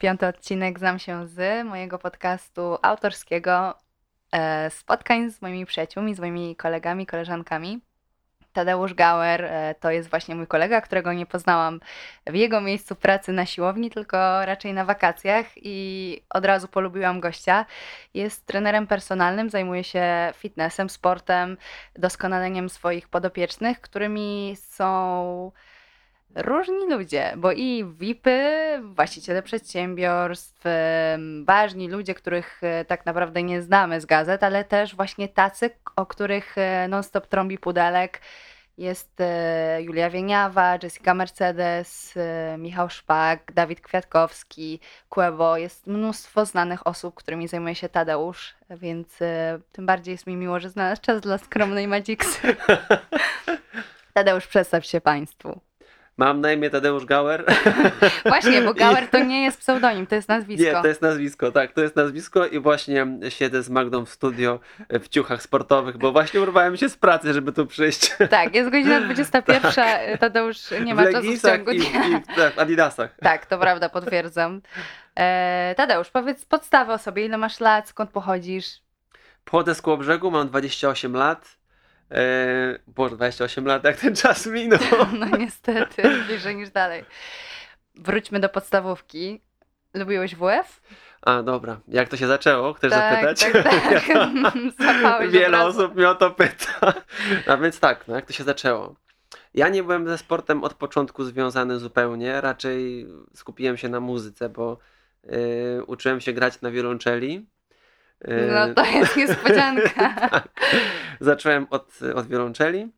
5. odcinek Znam się z mojego podcastu autorskiego, spotkań z moimi przyjaciółmi, z moimi kolegami, koleżankami. Tadeusz Gauer to jest właśnie mój kolega, którego nie poznałam w jego miejscu pracy na siłowni, tylko raczej na wakacjach i od razu polubiłam gościa. Jest trenerem personalnym, zajmuje się fitnessem, sportem, doskonaleniem swoich podopiecznych, którymi są różni ludzie, bo i VIP-y, właściciele przedsiębiorstw, ważni ludzie, których tak naprawdę nie znamy z gazet, ale też właśnie tacy, o których non-stop trąbi Pudelek. Jest Julia Wieniawa, Jessica Mercedes, Michał Szpak, Dawid Kwiatkowski, Quebo. Jest mnóstwo znanych osób, którymi zajmuje się Tadeusz, więc tym bardziej jest mi miło, że znalazł czas dla skromnej Magiksy. Tadeusz, przedstaw się Państwu. Mam na imię Tadeusz Gauer. Właśnie, bo Gauer to nie jest pseudonim, to jest nazwisko. Nie, to jest nazwisko, tak, to jest nazwisko i właśnie siedzę z Magdą w studio w ciuchach sportowych, bo właśnie urwałem się z pracy, żeby tu przyjść. Tak, jest godzina 21, tak. Tadeusz nie ma czasu w ciągu dnia. W adidasach. Tak, to prawda, potwierdzam. Tadeusz, powiedz podstawę o sobie, ile masz lat, skąd pochodzisz? Pochodzę z Kołobrzegu, mam 28 lat. Boże, 28 lat, jak ten czas minął. No niestety, bliżej niż dalej. Wróćmy do podstawówki. Lubiłeś WF? A, dobra. Jak to się zaczęło? Chcesz zapytać? Tak. Zapałeś Wiele osób mnie o to pyta. A więc tak, no jak to się zaczęło? Ja nie byłem ze sportem od początku związany zupełnie. Raczej skupiłem się na muzyce, bo uczyłem się grać na wiolonczeli. No to jest niespodzianka. Tak. Zacząłem od wiolonczeli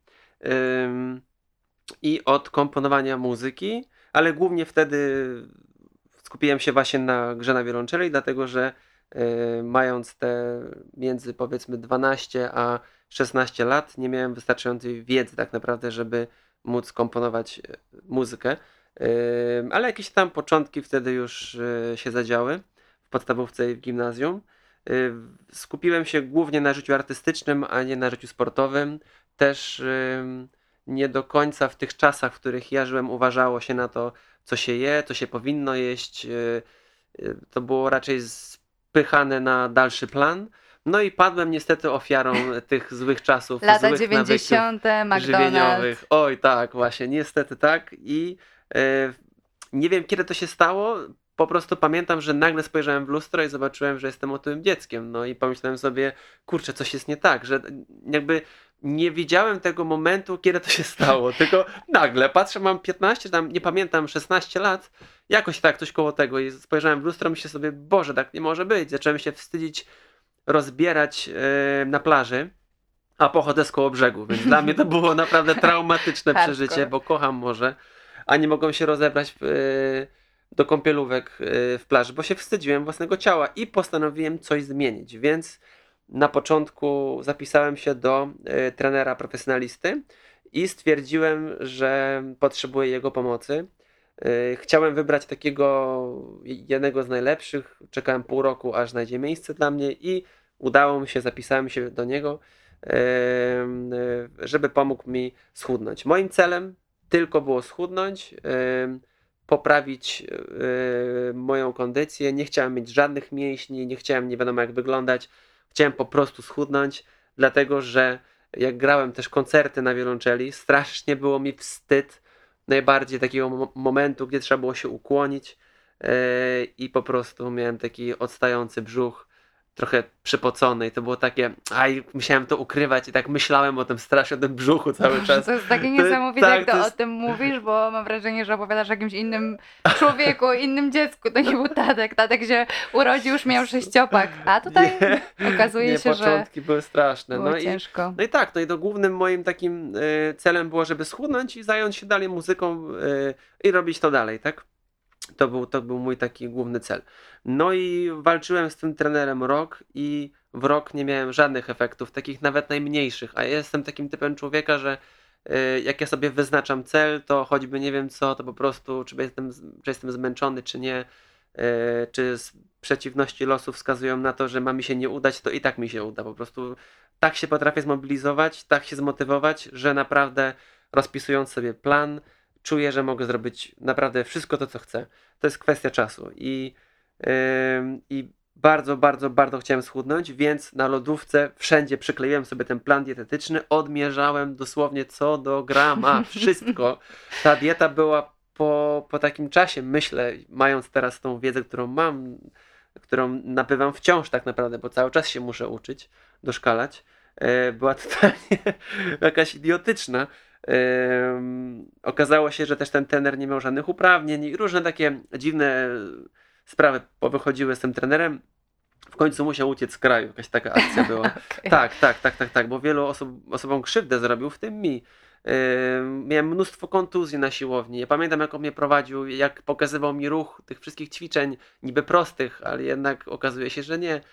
i od komponowania muzyki, ale głównie wtedy skupiłem się właśnie na grze na wiolonczeli, dlatego że mając te między powiedzmy 12 a 16 lat nie miałem wystarczającej wiedzy tak naprawdę, żeby móc komponować muzykę, ale jakieś tam początki wtedy już się zadziały w podstawówce i w gimnazjum. Skupiłem się głównie na życiu artystycznym, a nie na życiu sportowym. Też nie do końca w tych czasach, w których ja żyłem, uważało się na to, co się je, co się powinno jeść. To było raczej spychane na dalszy plan. No i padłem niestety ofiarą tych złych czasów. Lata złych 90., żywieniowych. McDonald's. Oj tak, właśnie, niestety tak. I nie wiem kiedy to się stało. Po prostu pamiętam, że nagle spojrzałem w lustro i zobaczyłem, że jestem otyłym dzieckiem. No i pomyślałem sobie, kurczę, coś jest nie tak, że jakby nie widziałem tego momentu, kiedy to się stało, tylko nagle patrzę, mam 15, tam nie pamiętam, 16 lat, jakoś tak, coś koło tego i spojrzałem w lustro i myślę sobie, Boże, tak nie może być. Zacząłem się wstydzić, rozbierać na plaży, a pochodzę z Kołobrzegu, więc dla mnie to było naprawdę traumatyczne przeżycie, bo kocham morze, a nie mogłem się rozebrać do kąpielówek w plaży, bo się wstydziłem własnego ciała i postanowiłem coś zmienić, więc na początku zapisałem się do trenera profesjonalisty i stwierdziłem, że potrzebuję jego pomocy. Chciałem wybrać takiego jednego z najlepszych, czekałem pół roku, aż znajdzie miejsce dla mnie i udało mi się, zapisałem się do niego, żeby pomógł mi schudnąć. Moim celem tylko było schudnąć, poprawić moją kondycję. Nie chciałem mieć żadnych mięśni, nie chciałem nie wiadomo jak wyglądać. Chciałem po prostu schudnąć, dlatego że jak grałem też koncerty na wiolonczeli, strasznie było mi wstyd najbardziej takiego momentu, gdzie trzeba było się ukłonić i po prostu miałem taki odstający brzuch, trochę przypocony i to było takie, musiałem to ukrywać i tak myślałem o tym strasznie, o tym brzuchu cały czas. To jest takie niesamowite, jak o tym mówisz, bo mam wrażenie, że opowiadasz o jakimś innym człowieku, innym dziecku. To nie był Tadek. Tadek się urodził, już miał sześciopak, a tutaj okazuje się, że początki były straszne. Było ciężko. No i tak, no i to głównym moim takim celem było, żeby schudnąć i zająć się dalej muzyką i robić to dalej, tak? To był mój taki główny cel. No i walczyłem z tym trenerem rok i w rok nie miałem żadnych efektów, takich nawet najmniejszych. A ja jestem takim typem człowieka, że jak ja sobie wyznaczam cel, to choćby nie wiem co, to po prostu, czy jestem zmęczony, czy nie, czy przeciwności losu wskazują na to, że ma mi się nie udać, to i tak mi się uda. Po prostu tak się potrafię zmobilizować, tak się zmotywować, że naprawdę rozpisując sobie plan, czuję, że mogę zrobić naprawdę wszystko to, co chcę. To jest kwestia czasu. I I bardzo, bardzo, bardzo chciałem schudnąć, więc na lodówce wszędzie przykleiłem sobie ten plan dietetyczny, odmierzałem dosłownie co do grama, wszystko. Ta dieta była po takim czasie, myślę, mając teraz tą wiedzę, którą mam, którą nabywam wciąż tak naprawdę, bo cały czas się muszę uczyć, doszkalać, była totalnie jakaś idiotyczna. Okazało się, że też ten trener nie miał żadnych uprawnień i różne takie dziwne sprawy powychodziły z tym trenerem. W końcu musiał uciec z kraju, jakaś taka akcja była. Okay. Tak, bo wielu osobom krzywdę zrobił, w tym mi. Miałem mnóstwo kontuzji na siłowni. Ja pamiętam, jak on mnie prowadził, jak pokazywał mi ruch tych wszystkich ćwiczeń, niby prostych, ale jednak okazuje się, że nie.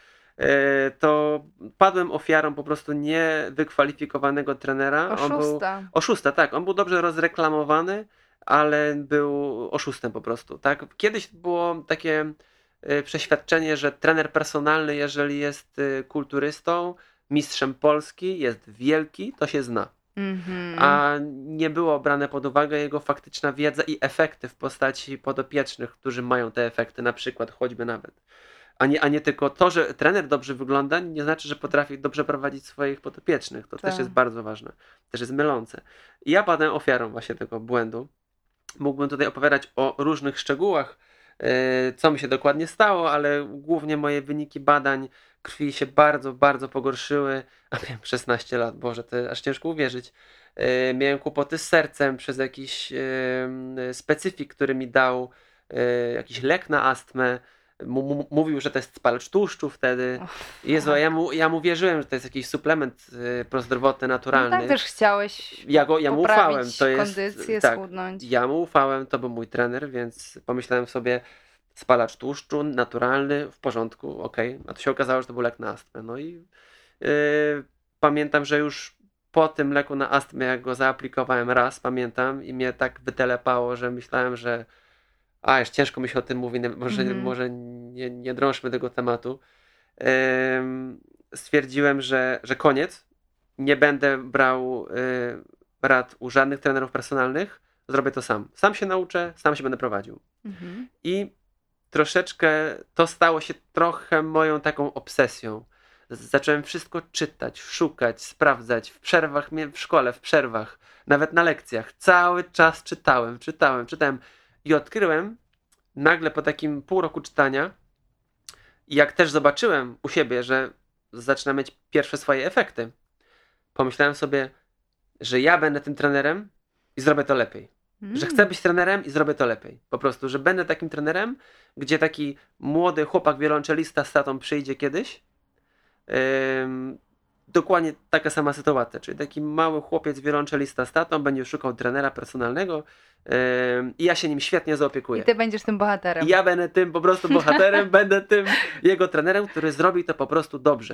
To padłem ofiarą po prostu niewykwalifikowanego trenera. Oszusta. Oszusta, tak. On był dobrze rozreklamowany, ale był oszustem po prostu. Tak? Kiedyś było takie przeświadczenie, że trener personalny, jeżeli jest kulturystą, mistrzem Polski, jest wielki, to się zna. A nie było brane pod uwagę jego faktyczna wiedza i efekty w postaci podopiecznych, którzy mają te efekty, na przykład choćby nawet. A nie tylko to, że trener dobrze wygląda, nie znaczy, że potrafi dobrze prowadzić swoich podopiecznych. To też jest bardzo ważne. Też jest mylące. I ja padłem ofiarą właśnie tego błędu. Mógłbym tutaj opowiadać o różnych szczegółach, co mi się dokładnie stało, ale głównie moje wyniki badań krwi się bardzo, bardzo pogorszyły. A miałem 16 lat, Boże, to aż ciężko uwierzyć. Miałem kłopoty z sercem przez jakiś specyfik, który mi dał jakiś lek na astmę. Mówił, że to jest spalacz tłuszczu wtedy. Jezu, ja mu wierzyłem, że to jest jakiś suplement prozdrowotny, naturalny. No tak też chciałeś ja mu ufałem. To jest, kondycję, tak, schudnąć. ja mu ufałem, to był mój trener, więc pomyślałem sobie, spalacz tłuszczu, naturalny, w porządku, okej. A to się okazało, że to był lek na astmę. No i pamiętam, że już po tym leku na astmę, jak go zaaplikowałem raz, pamiętam, i mnie tak wytelepało, że myślałem, że już ciężko mi się o tym mówi, może nie drążmy tego tematu. Stwierdziłem, że koniec. Nie będę brał rad u żadnych trenerów personalnych. Zrobię to sam. Sam się nauczę, sam się będę prowadził. I troszeczkę to stało się trochę moją taką obsesją. Zacząłem wszystko czytać, szukać, sprawdzać w przerwach, w szkole, w przerwach, nawet na lekcjach. Cały czas czytałem. I odkryłem nagle po takim pół roku czytania, i jak też zobaczyłem u siebie, że zaczyna mieć pierwsze swoje efekty, pomyślałem sobie, że ja będę tym trenerem i zrobię to lepiej. Że chcę być trenerem i zrobię to lepiej. Po prostu, że będę takim trenerem, gdzie taki młody chłopak wiolonczelista z tatą przyjdzie kiedyś. Dokładnie taka sama sytuacja, czyli taki mały chłopiec wiolonczelista z tatą będzie szukał trenera personalnego i ja się nim świetnie zaopiekuję. I ty będziesz tym bohaterem. I ja będę tym po prostu bohaterem, będę tym jego trenerem, który zrobi to po prostu dobrze.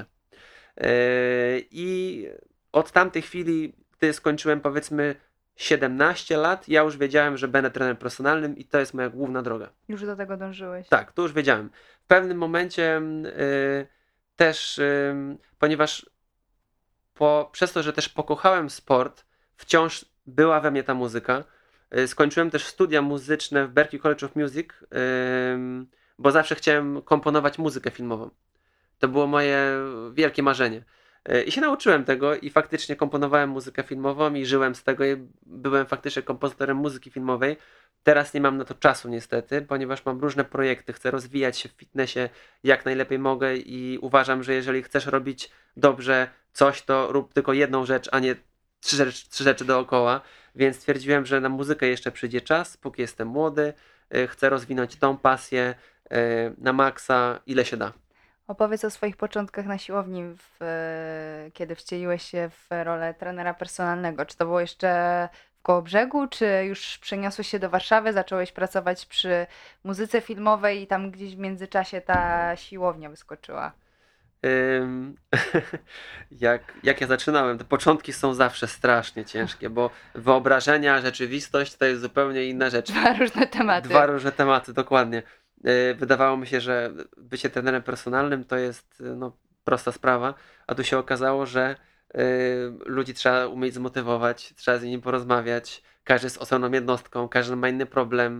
I od tamtej chwili, gdy skończyłem powiedzmy 17 lat, ja już wiedziałem, że będę trenerem personalnym i to jest moja główna droga. Już do tego dążyłeś. Tak, to już wiedziałem. W pewnym momencie też, ponieważ przez to, że też pokochałem sport, wciąż była we mnie ta muzyka. Skończyłem też studia muzyczne w Berklee College of Music, bo zawsze chciałem komponować muzykę filmową. To było moje wielkie marzenie. I się nauczyłem tego i faktycznie komponowałem muzykę filmową i żyłem z tego i byłem faktycznie kompozytorem muzyki filmowej. Teraz nie mam na to czasu niestety, ponieważ mam różne projekty, chcę rozwijać się w fitnessie jak najlepiej mogę i uważam, że jeżeli chcesz robić dobrze coś, to rób tylko jedną rzecz, a nie trzy rzeczy dookoła. Więc stwierdziłem, że na muzykę jeszcze przyjdzie czas, póki jestem młody, chcę rozwinąć tą pasję na maksa, ile się da. Opowiedz o swoich początkach na siłowni, kiedy wcieliłeś się w rolę trenera personalnego. Czy to było jeszcze w Kołobrzegu, czy już przeniosłeś się do Warszawy, zacząłeś pracować przy muzyce filmowej i tam gdzieś w międzyczasie ta siłownia wyskoczyła? Jak ja zaczynałem, te początki są zawsze strasznie ciężkie, bo wyobrażenia, rzeczywistość to jest zupełnie inna rzecz. Dwa różne tematy, dokładnie. Wydawało mi się, że bycie trenerem personalnym to jest prosta sprawa, a tu się okazało, że Ludzi trzeba umieć zmotywować, trzeba z nimi porozmawiać. Każdy jest osobną jednostką, każdy ma inny problem.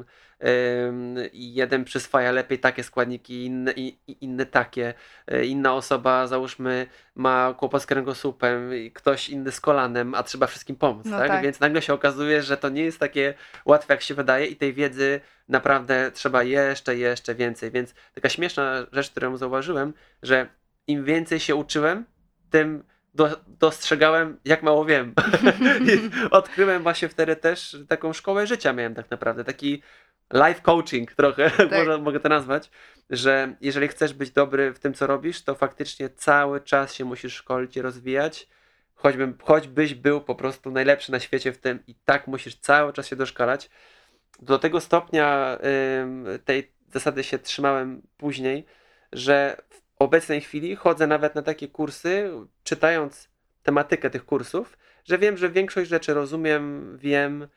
Jeden przyswaja lepiej takie składniki, inne takie. Inna osoba, załóżmy, ma kłopot z kręgosłupem, ktoś inny z kolanem, a trzeba wszystkim pomóc, No tak? tak. Więc nagle się okazuje, że to nie jest takie łatwe, jak się wydaje i tej wiedzy naprawdę trzeba jeszcze więcej. Więc taka śmieszna rzecz, którą zauważyłem, że im więcej się uczyłem, tym dostrzegałem, jak mało wiem. I odkryłem właśnie wtedy też taką szkołę życia miałem tak naprawdę, taki life coaching trochę, Tak. mogę to nazwać, że jeżeli chcesz być dobry w tym, co robisz, to faktycznie cały czas się musisz szkolić i rozwijać, choćbyś był po prostu najlepszy na świecie w tym i tak musisz cały czas się doszkalać. Do tego stopnia tej zasady się trzymałem później, że w obecnej chwili chodzę nawet na takie kursy, czytając tematykę tych kursów, że wiem, że większość rzeczy rozumiem, wiem,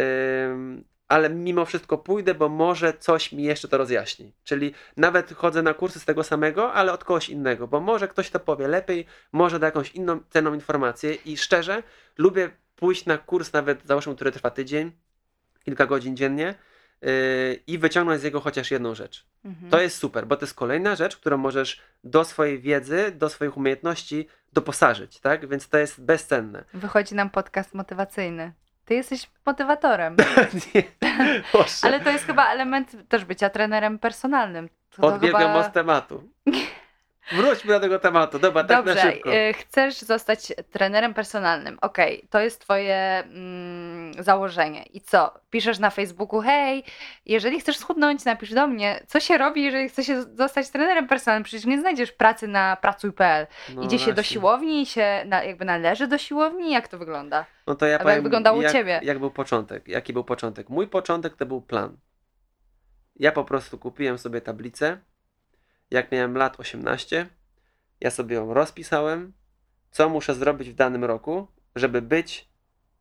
ale mimo wszystko pójdę, bo może coś mi jeszcze to rozjaśni. Czyli nawet chodzę na kursy z tego samego, ale od kogoś innego, bo może ktoś to powie lepiej, może da jakąś inną cenną informację i szczerze lubię pójść na kurs nawet, załóżmy, który trwa tydzień, kilka godzin dziennie i wyciągnąć z niego chociaż jedną rzecz. To jest super, bo to jest kolejna rzecz, którą możesz do swojej wiedzy, do swoich umiejętności doposażyć, tak? Więc to jest bezcenne. Wychodzi nam podcast motywacyjny. Ty jesteś motywatorem. Nie, proszę. Ale to jest chyba element też bycia trenerem personalnym. To Odbiegam chyba... od tematu. Wróćmy do tego tematu. Dobra, tak Dobrze, na szybko. chcesz zostać trenerem personalnym. Okej, to jest twoje założenie. I co? Piszesz na Facebooku, hej, jeżeli chcesz schudnąć, napisz do mnie. Co się robi, jeżeli chcesz zostać trenerem personalnym? Przecież nie znajdziesz pracy na pracuj.pl. No Idzie się do właśnie. siłowni i się jakby należy do siłowni? Jak to wygląda? No to ja Albo powiem, jak wyglądało u ciebie? Jak był początek? Jaki był początek? Mój początek to był plan. Ja po prostu kupiłem sobie tablicę. Jak miałem lat 18, ja sobie ją rozpisałem, co muszę zrobić w danym roku, żeby być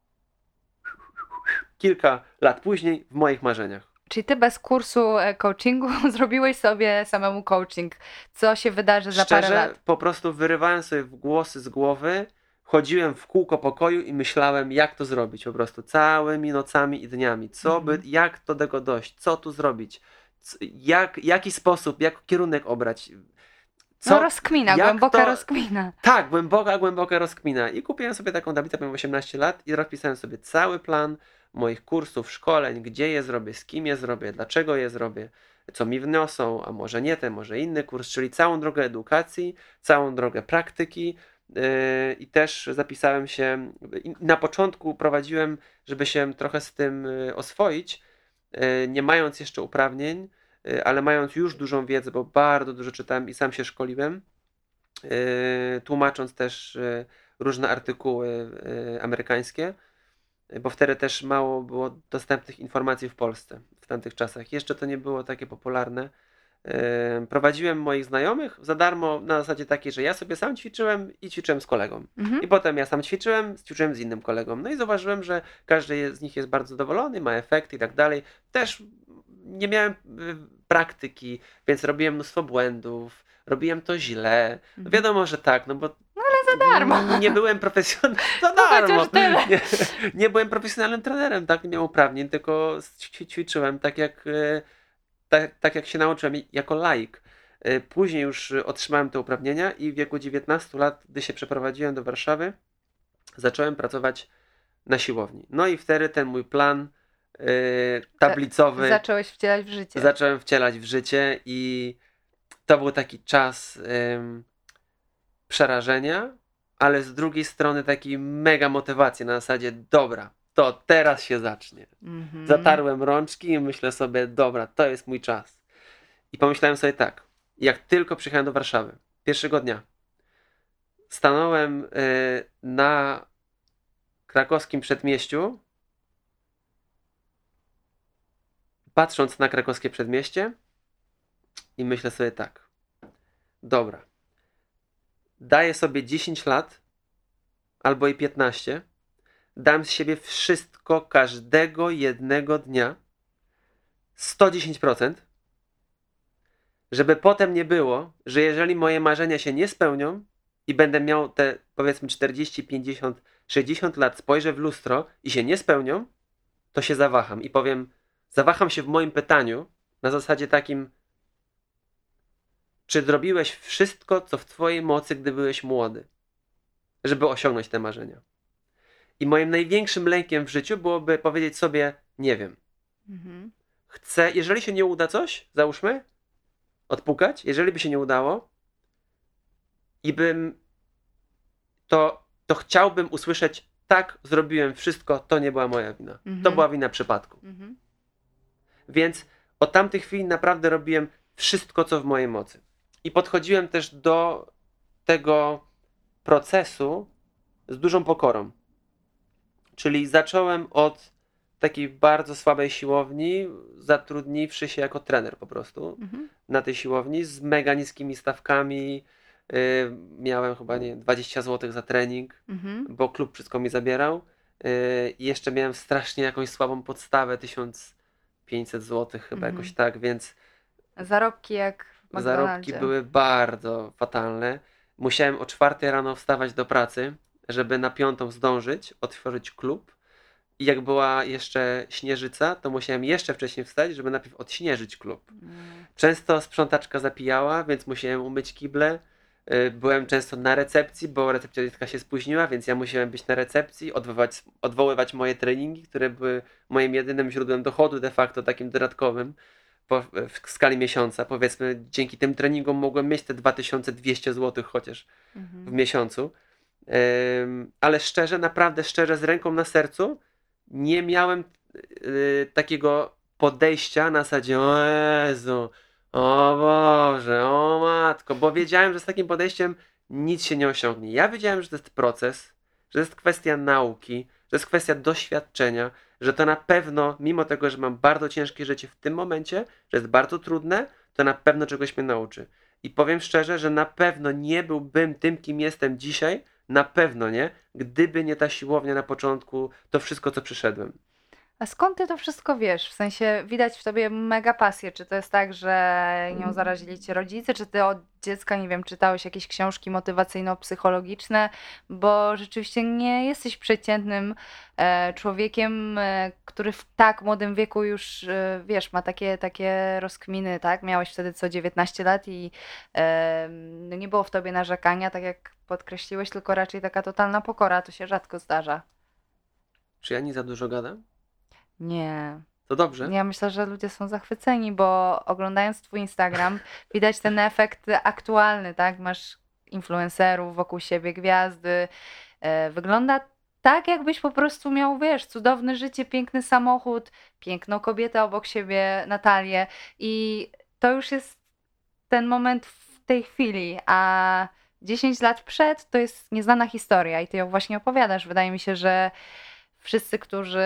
kilka lat później w moich marzeniach. Czyli ty bez kursu coachingu zrobiłeś sobie samemu coaching. Co się wydarzy za parę Szczerze, lat? po prostu wyrywałem sobie głosy z głowy, chodziłem w kółko pokoju i myślałem, jak to zrobić po prostu całymi nocami i dniami. Jak do tego dojść, co tu zrobić, jaki sposób, jaki kierunek obrać. No rozkmina, głęboka to... rozkmina. Tak, głęboka rozkmina. I kupiłem sobie taką tablicę, miałem 18 lat i rozpisałem sobie cały plan moich kursów, szkoleń, gdzie je zrobię, z kim je zrobię, dlaczego je zrobię, co mi wniosą, a może nie ten, może inny kurs, czyli całą drogę edukacji, całą drogę praktyki i też zapisałem się, na początku prowadziłem, żeby się trochę z tym oswoić, nie mając jeszcze uprawnień, ale mając już dużą wiedzę, bo bardzo dużo czytałem i sam się szkoliłem, tłumacząc też różne artykuły amerykańskie, bo wtedy też mało było dostępnych informacji w Polsce w tamtych czasach. Jeszcze to nie było takie popularne. Prowadziłem moich znajomych za darmo na zasadzie takiej, że ja sobie sam ćwiczyłem i ćwiczyłem z kolegą. I potem ja sam ćwiczyłem z innym kolegą. No i zauważyłem, że każdy z nich jest bardzo zadowolony, ma efekty i tak dalej. Też nie miałem praktyki, więc robiłem mnóstwo błędów, robiłem to źle. No wiadomo, że tak, no bo za darmo. nie byłem profesjonalnym. Za darmo. Nie byłem profesjonalnym trenerem, tak? Nie miałem uprawnień, tylko ćwiczyłem tak jak się nauczyłem jako laik. Później już otrzymałem te uprawnienia i w wieku 19 lat, gdy się przeprowadziłem do Warszawy, zacząłem pracować na siłowni. No i wtedy ten mój plan tablicowy zacząłeś wcielać w życie. Zacząłem wcielać w życie i to był taki czas przerażenia, ale z drugiej strony takiej mega motywacji na zasadzie, dobra, to teraz się zacznie. Zatarłem rączki i myślę sobie, dobra, to jest mój czas. I pomyślałem sobie tak, jak tylko przyjechałem do Warszawy, pierwszego dnia, stanąłem na krakowskim przedmieściu, patrząc na krakowskie przedmieście i myślę sobie tak, dobra, daję sobie 10 lat albo i 15, dam z siebie wszystko każdego jednego dnia 110%, żeby potem nie było, że jeżeli moje marzenia się nie spełnią, i będę miał te powiedzmy 40, 50, 60 lat, spojrzę w lustro i się nie spełnią, to się zawaham i powiem, zawaham się w moim pytaniu na zasadzie takim, czy zrobiłeś wszystko, co w twojej mocy, gdy byłeś młody, żeby osiągnąć te marzenia. I moim największym lękiem w życiu byłoby powiedzieć sobie, nie wiem. Chcę, jeżeli się nie uda coś, załóżmy, odpukać, jeżeli by się nie udało i bym to chciałbym usłyszeć, tak, zrobiłem wszystko, to nie była moja wina. To była wina przypadku. Więc od tamtej chwili naprawdę robiłem wszystko, co w mojej mocy. I podchodziłem też do tego procesu z dużą pokorą. Czyli zacząłem od takiej bardzo słabej siłowni, zatrudniwszy się jako trener po prostu na tej siłowni z mega niskimi stawkami. Miałem chyba 20 zł za trening, bo klub wszystko mi zabierał. I jeszcze miałem strasznie jakąś słabą podstawę, 1500 zł chyba jakoś tak, więc zarobki jak w McDonaldzie. Zarobki były bardzo fatalne. Musiałem o 4 rano wstawać do pracy, żeby na 5 zdążyć, otworzyć klub. I jak była jeszcze śnieżyca, to musiałem jeszcze wcześniej wstać, żeby najpierw odśnieżyć klub. Często sprzątaczka zapijała, więc musiałem umyć kible. Byłem często na recepcji, bo recepcjonistka się spóźniła, więc ja musiałem być na recepcji, odwoływać moje treningi, które były moim jedynym źródłem dochodu de facto, takim dodatkowym w skali miesiąca. Powiedzmy, dzięki tym treningom mogłem mieć te 2200 zł chociaż w miesiącu. Ale szczerze, naprawdę szczerze, z ręką na sercu, nie miałem takiego podejścia na zasadzie o Jezu, o Boże, o Matko, bo wiedziałem, że z takim podejściem nic się nie osiągnie. Ja wiedziałem, że to jest proces, że to jest kwestia nauki, że to jest kwestia doświadczenia, że to na pewno, mimo tego, że mam bardzo ciężkie życie w tym momencie, że jest bardzo trudne, to na pewno czegoś mnie nauczy. I powiem szczerze, że na pewno nie byłbym tym, kim jestem dzisiaj, na pewno nie, gdyby nie ta siłownia na początku, to wszystko, co przyszedłem. A skąd ty to wszystko wiesz? W sensie widać w tobie mega pasję. Czy to jest tak, że nią zarazili cię rodzice? Czy ty od dziecka, nie wiem, czytałeś jakieś książki motywacyjno-psychologiczne? Bo rzeczywiście nie jesteś przeciętnym człowiekiem, który w tak młodym wieku już, wiesz, ma takie rozkminy, tak? Miałeś wtedy co 19 lat i no nie było w tobie narzekania, tak jak podkreśliłeś, tylko raczej taka totalna pokora. To się rzadko zdarza. Czy ja nie za dużo gadam? Nie. To dobrze. Ja myślę, że ludzie są zachwyceni, bo oglądając twój Instagram widać ten efekt aktualny, tak? Masz influencerów wokół siebie, gwiazdy. Wygląda tak, jakbyś po prostu miał, wiesz, cudowne życie, piękny samochód, piękną kobietę obok siebie, Natalię. I to już jest ten moment w tej chwili, a 10 lat przed to jest nieznana historia i ty ją właśnie opowiadasz. Wydaje mi się, że wszyscy, którzy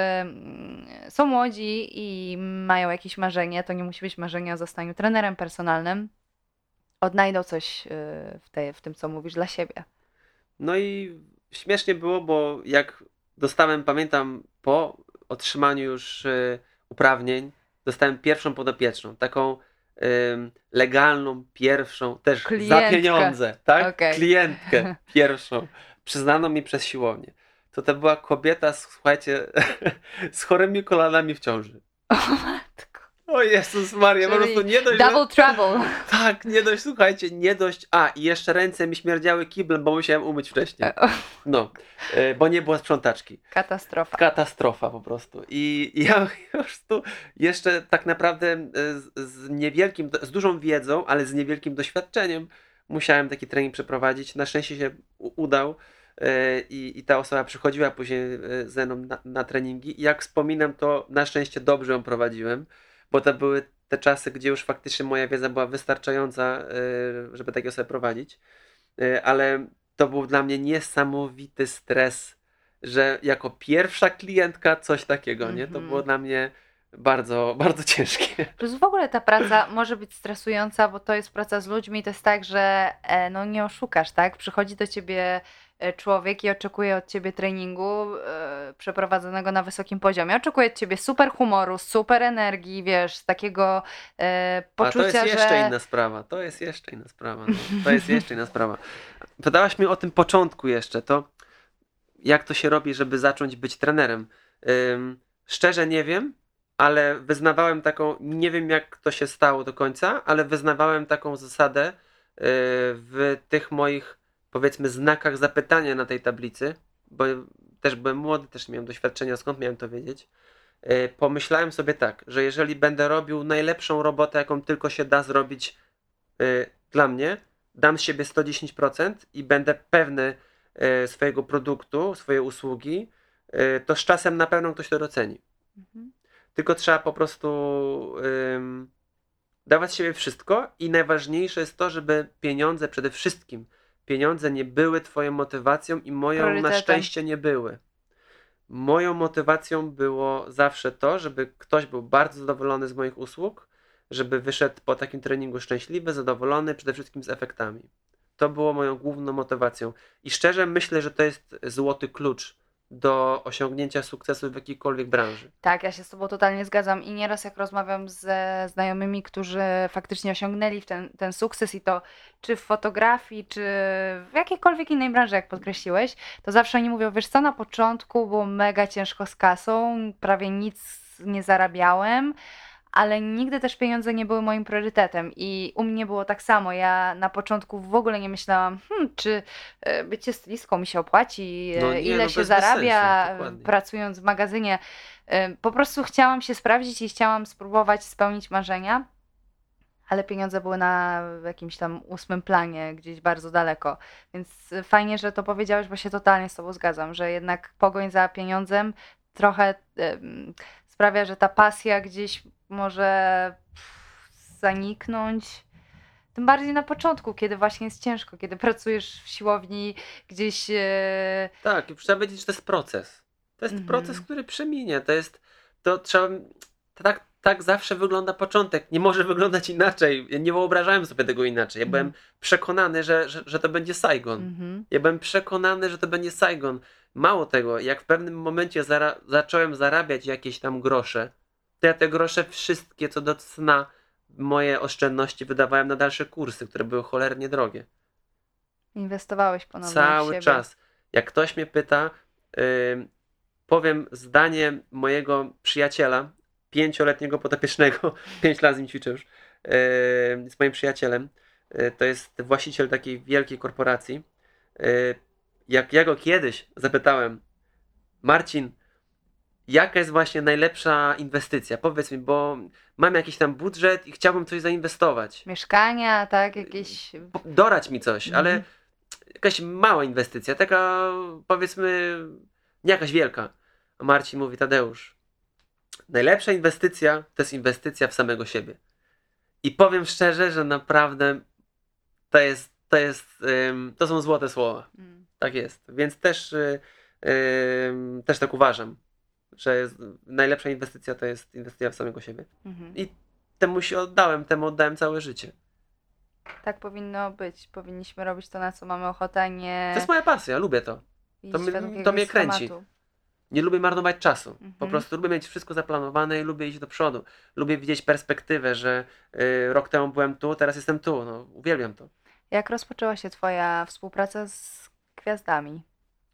są młodzi i mają jakieś marzenie, to nie musi być marzenie o zostaniu trenerem personalnym, odnajdą coś w tym, co mówisz, dla siebie. No i śmiesznie było, bo jak dostałem, pamiętam, po otrzymaniu już uprawnień, dostałem pierwszą podopieczną, taką legalną, pierwszą, też Klientkę. za pieniądze, tak? Okej. Klientkę pierwszą, przyznaną mi przez siłownię. To była kobieta, słuchajcie, z chorymi kolanami w ciąży. O matko. O Jezus Maria, po Czyli prostu nie dość, że... double trouble. Tak, nie dość, słuchajcie, nie dość. A, i jeszcze ręce mi śmierdziały kiblem, bo musiałem umyć wcześniej. No, bo nie było sprzątaczki. Katastrofa. Katastrofa po prostu. I ja po prostu jeszcze tak naprawdę z dużą wiedzą, ale z niewielkim doświadczeniem musiałem taki trening przeprowadzić. Na szczęście się udał. I ta osoba przychodziła później ze mną na treningi i jak wspominam, to na szczęście dobrze ją prowadziłem, bo to były te czasy, gdzie już faktycznie moja wiedza była wystarczająca, żeby takie osoby prowadzić, ale to był dla mnie niesamowity stres, że jako pierwsza klientka coś takiego, nie? To było dla mnie bardzo, bardzo ciężkie. Plus w ogóle ta praca może być stresująca, bo to jest praca z ludźmi, to jest tak, że no nie oszukasz, tak? Przychodzi do ciebie człowiek i oczekuje od ciebie treningu przeprowadzonego na wysokim poziomie. Oczekuje od ciebie super humoru, super energii, wiesz, takiego poczucia, A to jest że... jeszcze inna sprawa. To jest jeszcze inna sprawa. No. To jest jeszcze inna sprawa. Pytałaś mnie o tym początku jeszcze. To jak to się robi, żeby zacząć być trenerem? Szczerze nie wiem, ale wyznawałem taką, nie wiem jak to się stało do końca, ale wyznawałem taką zasadę w tych moich, powiedzmy, znakach zapytania na tej tablicy, bo też byłem młody, też nie miałem doświadczenia, skąd miałem to wiedzieć. Pomyślałem sobie tak, że jeżeli będę robił najlepszą robotę, jaką tylko się da zrobić dla mnie, dam z siebie 110% i będę pewny swojego produktu, swojej usługi, to z czasem na pewno ktoś to doceni. Mhm. Tylko trzeba po prostu dawać z siebie wszystko i najważniejsze jest to, żeby pieniądze, przede wszystkim pieniądze nie były twoją motywacją i moją Priorytetem. na szczęście nie były. Moją motywacją było zawsze to, żeby ktoś był bardzo zadowolony z moich usług, żeby wyszedł po takim treningu szczęśliwy, zadowolony, przede wszystkim z efektami. To było moją główną motywacją. I szczerze myślę, że to jest złoty klucz do osiągnięcia sukcesu w jakiejkolwiek branży. Tak, ja się z tobą totalnie zgadzam i nieraz jak rozmawiam ze znajomymi, którzy faktycznie osiągnęli ten sukces i to czy w fotografii, czy w jakiejkolwiek innej branży, jak podkreśliłeś, to zawsze oni mówią, wiesz co, na początku było mega ciężko z kasą, prawie nic nie zarabiałem, ale nigdy też pieniądze nie były moim priorytetem i u mnie było tak samo. Ja na początku w ogóle nie myślałam, czy bycie stylistką mi się opłaci, No nie, ile no to się jest bez zarabia sensu, dokładnie. pracując w magazynie. Po prostu chciałam się sprawdzić i chciałam spróbować spełnić marzenia, ale pieniądze były na jakimś tam 8. planie, gdzieś bardzo daleko. Więc fajnie, że to powiedziałeś, bo się totalnie z tobą zgadzam, że jednak pogoń za pieniądzem trochę sprawia, że ta pasja gdzieś może zaniknąć. Tym bardziej na początku, kiedy właśnie jest ciężko, kiedy pracujesz w siłowni gdzieś... Tak, i trzeba wiedzieć, że to jest proces. To jest proces, który przeminie. To trzeba, tak zawsze wygląda początek. Nie może wyglądać inaczej. Ja nie wyobrażałem sobie tego inaczej. Ja byłem przekonany, że to będzie Saigon. Ja byłem przekonany, że to będzie Saigon. Mało tego, jak w pewnym momencie zacząłem zarabiać jakieś tam grosze, to ja te grosze wszystkie co do cna moje oszczędności wydawałem na dalsze kursy, które były cholernie drogie. Inwestowałeś ponownie w Cały siebie. czas. Jak ktoś mnie pyta, powiem zdanie mojego przyjaciela, 5-letniego podopiecznego, 5 lat z nim ćwiczę już, z moim przyjacielem. To jest właściciel takiej wielkiej korporacji. Jak ja go kiedyś zapytałem, Marcin, jaka jest właśnie najlepsza inwestycja? Powiedz mi, bo mam jakiś tam budżet i chciałbym coś zainwestować. Mieszkania, tak, jakieś... Dorać mi coś, ale jakaś mała inwestycja, taka powiedzmy nie jakaś wielka. A Marcin mówi, Tadeusz, najlepsza inwestycja to jest inwestycja w samego siebie. I powiem szczerze, że naprawdę to są złote słowa. Tak jest. Więc też tak uważam, że najlepsza inwestycja to jest inwestycja w samego siebie. I temu oddałem całe życie. Tak powinno być. Powinniśmy robić to, na co mamy ochotę, nie... To jest moja pasja, lubię to. To mnie kręci. Nie lubię marnować czasu. Po prostu lubię mieć wszystko zaplanowane i lubię iść do przodu. Lubię widzieć perspektywę, że rok temu byłem tu, teraz jestem tu. No, uwielbiam to. Jak rozpoczęła się twoja współpraca z gwiazdami?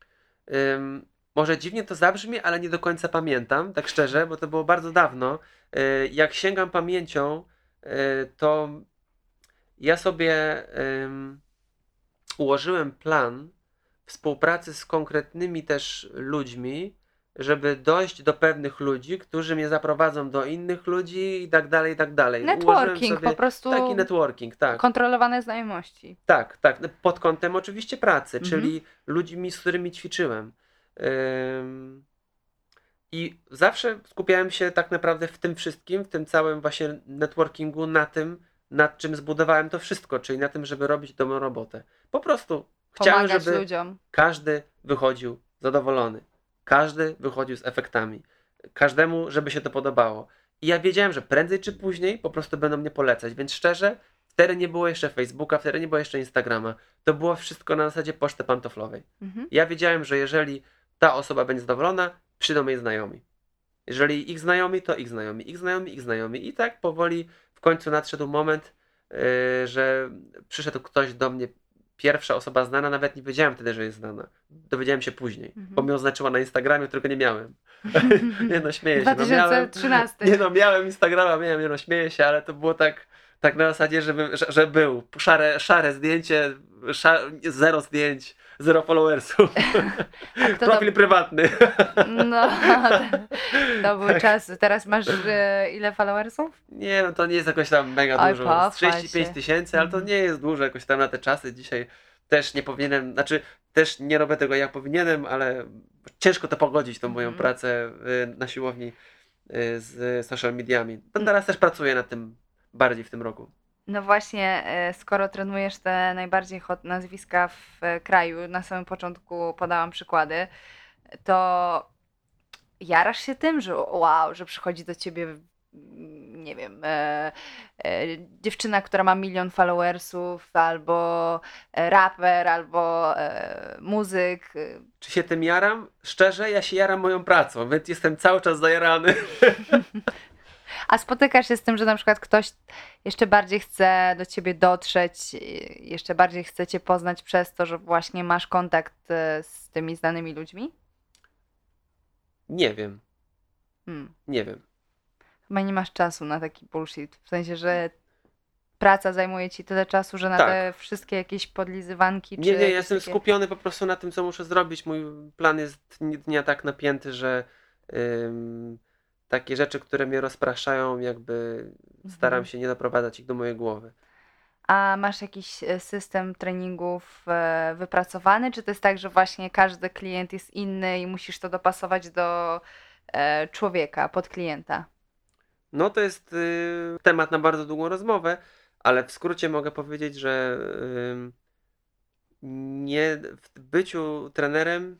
Może dziwnie to zabrzmi, ale nie do końca pamiętam, tak szczerze, bo to było bardzo dawno. Jak sięgam pamięcią, to ja sobie ułożyłem plan współpracy z konkretnymi też ludźmi, żeby dojść do pewnych ludzi, którzy mnie zaprowadzą do innych ludzi i tak dalej, i tak dalej. Networking, sobie po prostu taki networking, tak. Kontrolowane znajomości. Tak. Pod kątem oczywiście pracy, czyli ludźmi, z którymi ćwiczyłem. I zawsze skupiałem się tak naprawdę w tym wszystkim, w tym całym właśnie networkingu, na tym, nad czym zbudowałem to wszystko, czyli na tym, żeby robić dobrą robotę. Po prostu chciałem, żeby ludziom. Każdy wychodził zadowolony. Każdy wychodził z efektami. Każdemu, żeby się to podobało. I ja wiedziałem, że prędzej czy później po prostu będą mnie polecać. Więc szczerze, Wtedy nie było jeszcze Facebooka, wtedy nie było jeszcze Instagrama. To było wszystko na zasadzie poczty pantoflowej. Ja wiedziałem, że jeżeli ta osoba będzie zadowolona, przyjdą jej znajomi. Jeżeli ich znajomi, to ich znajomi, ich znajomi, ich znajomi. I tak powoli w końcu nadszedł moment, że przyszedł ktoś do mnie, pierwsza osoba znana, nawet nie wiedziałem wtedy, że jest znana. Dowiedziałem się później, bo mnie oznaczyła na Instagramie, którego nie miałem. Nie no, śmieję się. 2013. Miałem Instagrama, śmieję się, ale to było tak na zasadzie, że był szare zdjęcie, zero zdjęć, zero followersów. Profil prywatny. No, to były czasy. Teraz masz ile followersów? Nie, no to nie jest jakoś tam mega dużo. 35 000, ale to nie jest dużo jakoś tam na te czasy. Dzisiaj też nie powinienem, też nie robię tego jak powinienem, ale ciężko to pogodzić, tą moją pracę na siłowni z social mediami. To teraz też pracuję nad tym bardziej w tym roku. No właśnie, skoro trenujesz te najbardziej hot nazwiska w kraju, na samym początku podałam przykłady, to jarasz się tym, że wow, że przychodzi do ciebie, nie wiem, dziewczyna, która ma 1 000 000 followersów, albo raper, albo muzyk. Czy się tym jaram? Szczerze, ja się jaram moją pracą, więc jestem cały czas zajarany. A spotykasz się z tym, że na przykład ktoś jeszcze bardziej chce do ciebie dotrzeć, jeszcze bardziej chce cię poznać przez to, że właśnie masz kontakt z tymi znanymi ludźmi? Nie wiem. Nie wiem. Chyba nie masz czasu na taki bullshit. W sensie, że praca zajmuje ci tyle czasu, że na te wszystkie jakieś podlizywanki Nie, ja jestem skupiony po prostu na tym, co muszę zrobić. Mój plan jest dnia tak napięty, że takie rzeczy, które mnie rozpraszają, jakby staram się nie doprowadzać ich do mojej głowy. A masz jakiś system treningów wypracowany, czy to jest tak, że właśnie każdy klient jest inny i musisz to dopasować do człowieka, pod klienta? No to jest temat na bardzo długą rozmowę, ale w skrócie mogę powiedzieć, że nie w byciu trenerem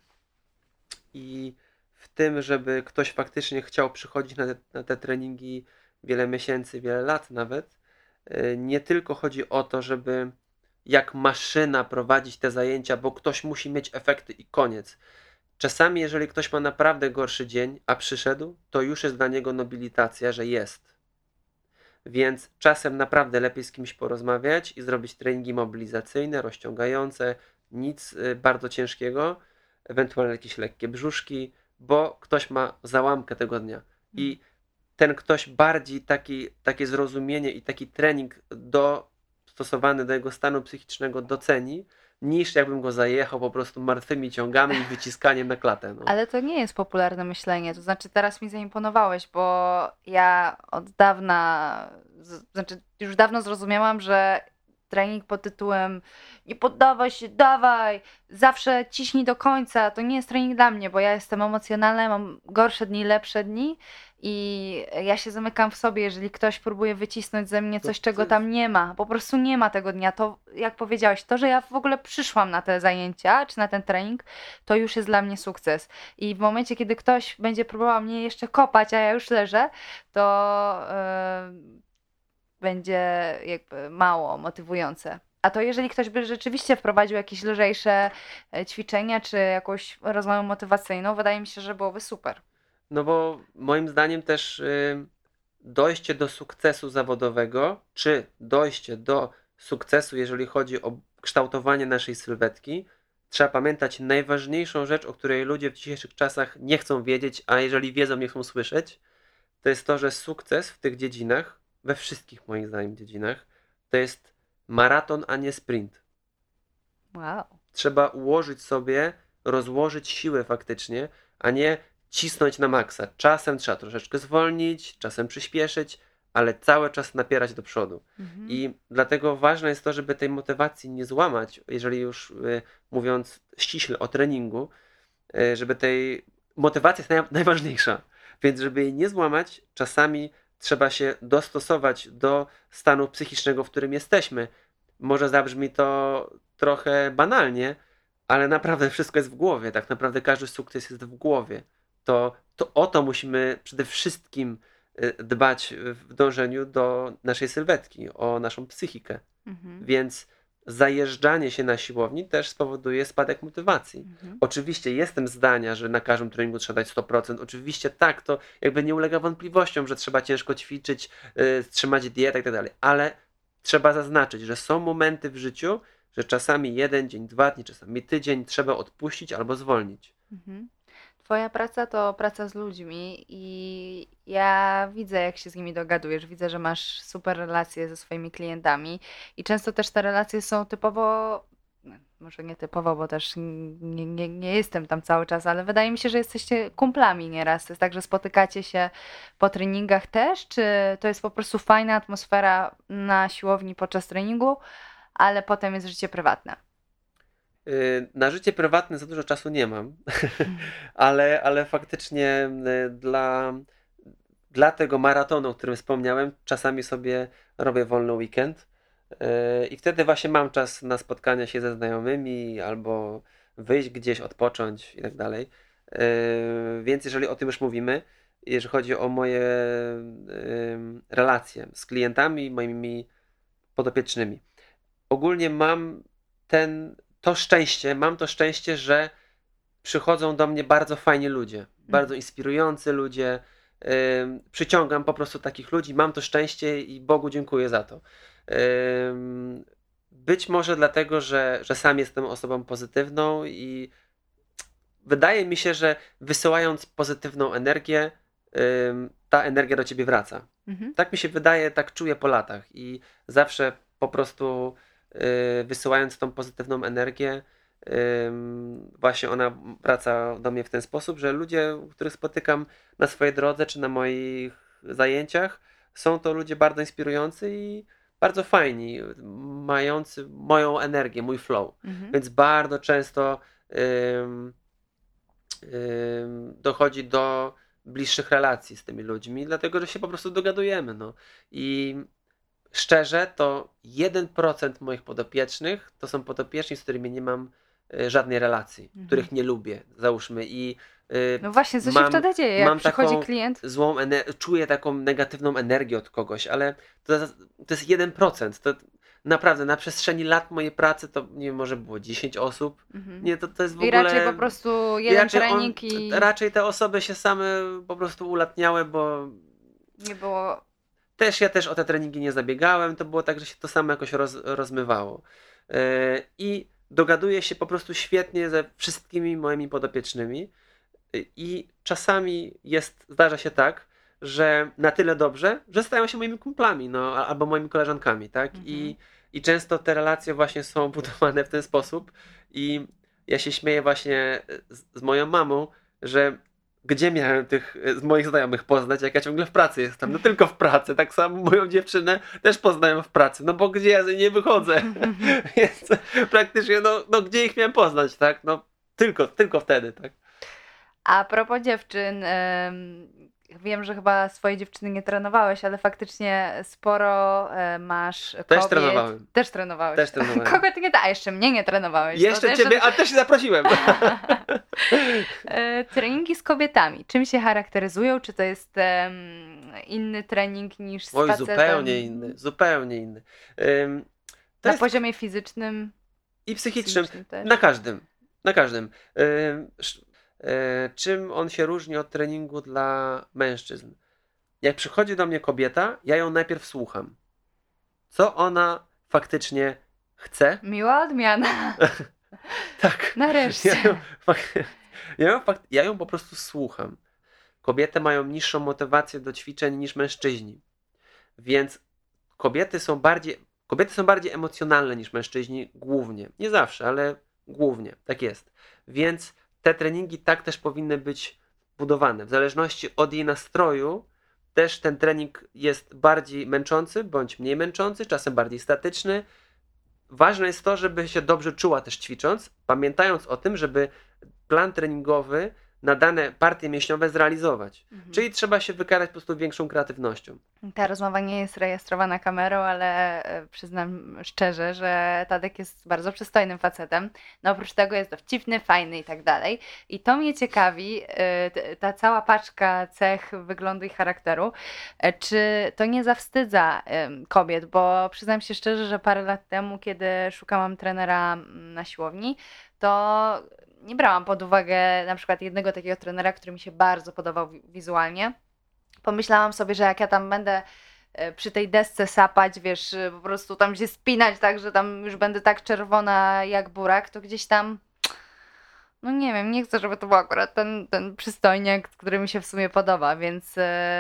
i w tym, żeby ktoś faktycznie chciał przychodzić na te treningi wiele miesięcy, wiele lat nawet, nie tylko chodzi o to, żeby jak maszyna prowadzić te zajęcia, bo ktoś musi mieć efekty i koniec. Czasami, jeżeli ktoś ma naprawdę gorszy dzień, a przyszedł, to już jest dla niego nobilitacja, że jest. Więc czasem naprawdę lepiej z kimś porozmawiać i zrobić treningi mobilizacyjne, rozciągające, nic bardzo ciężkiego, ewentualnie jakieś lekkie brzuszki, bo ktoś ma załamkę tego dnia. I ten ktoś bardziej takie zrozumienie i taki trening dostosowany do jego stanu psychicznego doceni, niż jakbym go zajechał po prostu martwymi ciągami i wyciskaniem na klatę. No. Ale to nie jest popularne myślenie, to znaczy teraz mi zaimponowałeś, bo ja od dawna, już dawno zrozumiałam, że trening pod tytułem nie poddawaj się, dawaj, zawsze ciśnij do końca, to nie jest trening dla mnie, bo ja jestem emocjonalna, mam gorsze dni, lepsze dni i ja się zamykam w sobie, jeżeli ktoś próbuje wycisnąć ze mnie coś, czego tam nie ma, po prostu nie ma tego dnia. To, jak powiedziałeś, to, że ja w ogóle przyszłam na te zajęcia, czy na ten trening, to już jest dla mnie sukces. I w momencie, kiedy ktoś będzie próbował mnie jeszcze kopać, a ja już leżę, to będzie jakby mało motywujące. A to jeżeli ktoś by rzeczywiście wprowadził jakieś lżejsze ćwiczenia, czy jakąś rozmowę motywacyjną, wydaje mi się, że byłoby super. No bo moim zdaniem też dojście do sukcesu zawodowego, czy dojście do sukcesu, jeżeli chodzi o kształtowanie naszej sylwetki, trzeba pamiętać najważniejszą rzecz, o której ludzie w dzisiejszych czasach nie chcą wiedzieć, a jeżeli wiedzą, nie chcą słyszeć, to jest to, że sukces w tych dziedzinach, we wszystkich moim zdaniem dziedzinach, to jest maraton, a nie sprint. Wow. Trzeba ułożyć sobie, rozłożyć siłę faktycznie, a nie cisnąć na maksa. Czasem trzeba troszeczkę zwolnić, czasem przyspieszyć, ale cały czas napierać do przodu. I dlatego ważne jest to, żeby tej motywacji nie złamać, jeżeli już mówiąc ściśle o treningu, żeby tej motywacja jest najważniejsza. Więc żeby jej nie złamać, czasami trzeba się dostosować do stanu psychicznego, w którym jesteśmy. Może zabrzmi to trochę banalnie, ale naprawdę wszystko jest w głowie. Tak naprawdę każdy sukces jest w głowie. To o to musimy przede wszystkim dbać w dążeniu do naszej sylwetki, o naszą psychikę. Więc zajeżdżanie się na siłowni też spowoduje spadek motywacji. Oczywiście jestem zdania, że na każdym treningu trzeba dać 100%. Oczywiście tak, to jakby nie ulega wątpliwościom, że trzeba ciężko ćwiczyć, trzymać dietę i tak dalej. Ale trzeba zaznaczyć, że są momenty w życiu, że czasami 1 dzień, 2 dni, czasami tydzień trzeba odpuścić albo zwolnić. Twoja praca to praca z ludźmi i ja widzę, jak się z nimi dogadujesz. Widzę, że masz super relacje ze swoimi klientami i często też te relacje są typowo, może nie typowo, bo też nie jestem tam cały czas, ale wydaje mi się, że jesteście kumplami nieraz. To jest tak, że spotykacie się po treningach też, czy to jest po prostu fajna atmosfera na siłowni podczas treningu, ale potem jest życie prywatne? Na życie prywatne za dużo czasu nie mam, ale faktycznie dla tego maratonu, o którym wspomniałem, czasami sobie robię wolny weekend i wtedy właśnie mam czas na spotkania się ze znajomymi albo wyjść gdzieś, odpocząć i tak dalej. Więc jeżeli o tym już mówimy, jeżeli chodzi o moje relacje z klientami, moimi podopiecznymi, ogólnie mam to szczęście, że przychodzą do mnie bardzo fajni ludzie, bardzo inspirujący ludzie. Przyciągam po prostu takich ludzi, mam to szczęście i Bogu dziękuję za to. Być może dlatego, że sam jestem osobą pozytywną i wydaje mi się, że wysyłając pozytywną energię, ta energia do ciebie wraca. Tak mi się wydaje, tak czuję po latach i zawsze po prostu wysyłając tą pozytywną energię, właśnie ona wraca do mnie w ten sposób, że ludzie, których spotykam na swojej drodze czy na moich zajęciach, są to ludzie bardzo inspirujący i bardzo fajni, mający moją energię, mój flow. Więc bardzo często dochodzi do bliższych relacji z tymi ludźmi, dlatego że się po prostu dogadujemy. No. I szczerze, to 1% moich podopiecznych to są podopieczni, z którymi nie mam żadnej relacji, których nie lubię, załóżmy. No właśnie, co się wtedy dzieje, jak przychodzi klient? Czuję taką negatywną energię od kogoś, ale to jest 1%. To naprawdę na przestrzeni lat mojej pracy to nie wiem, może było 10 osób. Nie, to jest w ogóle... I raczej po prostu jeden trening Raczej te osoby się same po prostu ulatniały, bo... Nie było... Ja też o te treningi nie zabiegałem, to było tak, że się to samo jakoś rozmywało. I dogaduję się po prostu świetnie ze wszystkimi moimi podopiecznymi i czasami zdarza się tak, że na tyle dobrze, że stają się moimi kumplami, no, albo moimi koleżankami, tak? I często te relacje właśnie są budowane w ten sposób i ja się śmieję właśnie z moją mamą, że gdzie miałem tych z moich znajomych poznać, jak ja ciągle w pracy jestem. No tylko w pracy. Tak samo moją dziewczynę też poznają w pracy. No bo gdzie ja z niej nie wychodzę. Więc praktycznie, no gdzie ich miałem poznać, tak? No tylko wtedy, tak? A propos dziewczyn, wiem, że chyba swojej dziewczyny nie trenowałeś, ale faktycznie sporo masz kobiet. Też trenowałem. Też trenowałeś. Też trenowałem. Kogo ty nie a jeszcze mnie nie trenowałeś. Jeszcze ciebie, a też się zaprosiłem. Treningi z kobietami. Czym się charakteryzują? Czy to jest inny trening niż z facetem? Zupełnie inny. Na poziomie fizycznym i psychicznym. Też? Na każdym. Czym on się różni od treningu dla mężczyzn? Jak przychodzi do mnie kobieta, ja ją najpierw słucham. Co ona faktycznie chce? Miła odmiana. Tak. Nareszcie. Ja ją po prostu słucham. Kobiety mają niższą motywację do ćwiczeń niż mężczyźni. Więc kobiety są bardziej emocjonalne niż mężczyźni głównie. Nie zawsze, ale głównie. Tak jest. Więc te treningi tak też powinny być budowane. W zależności od jej nastroju też ten trening jest bardziej męczący bądź mniej męczący, czasem bardziej statyczny. Ważne jest to, żeby się dobrze czuła też ćwicząc, pamiętając o tym, żeby plan treningowy na dane partie mięśniowe zrealizować. Mhm. Czyli trzeba się wykazać po prostu większą kreatywnością. Ta rozmowa nie jest rejestrowana kamerą, ale przyznam szczerze, że Tadek jest bardzo przystojnym facetem. No oprócz tego jest dowcipny, fajny i tak dalej. I to mnie ciekawi, ta cała paczka cech wyglądu i charakteru, czy to nie zawstydza kobiet, bo przyznam się szczerze, że parę lat temu, kiedy szukałam trenera na siłowni, to nie brałam pod uwagę na przykład jednego takiego trenera, który mi się bardzo podobał wizualnie. Pomyślałam sobie, że jak ja tam będę przy tej desce sapać, wiesz, po prostu tam się spinać tak, że tam już będę tak czerwona jak burak, to gdzieś tam, no nie wiem, nie chcę, żeby to był akurat ten przystojniak, który mi się w sumie podoba, więc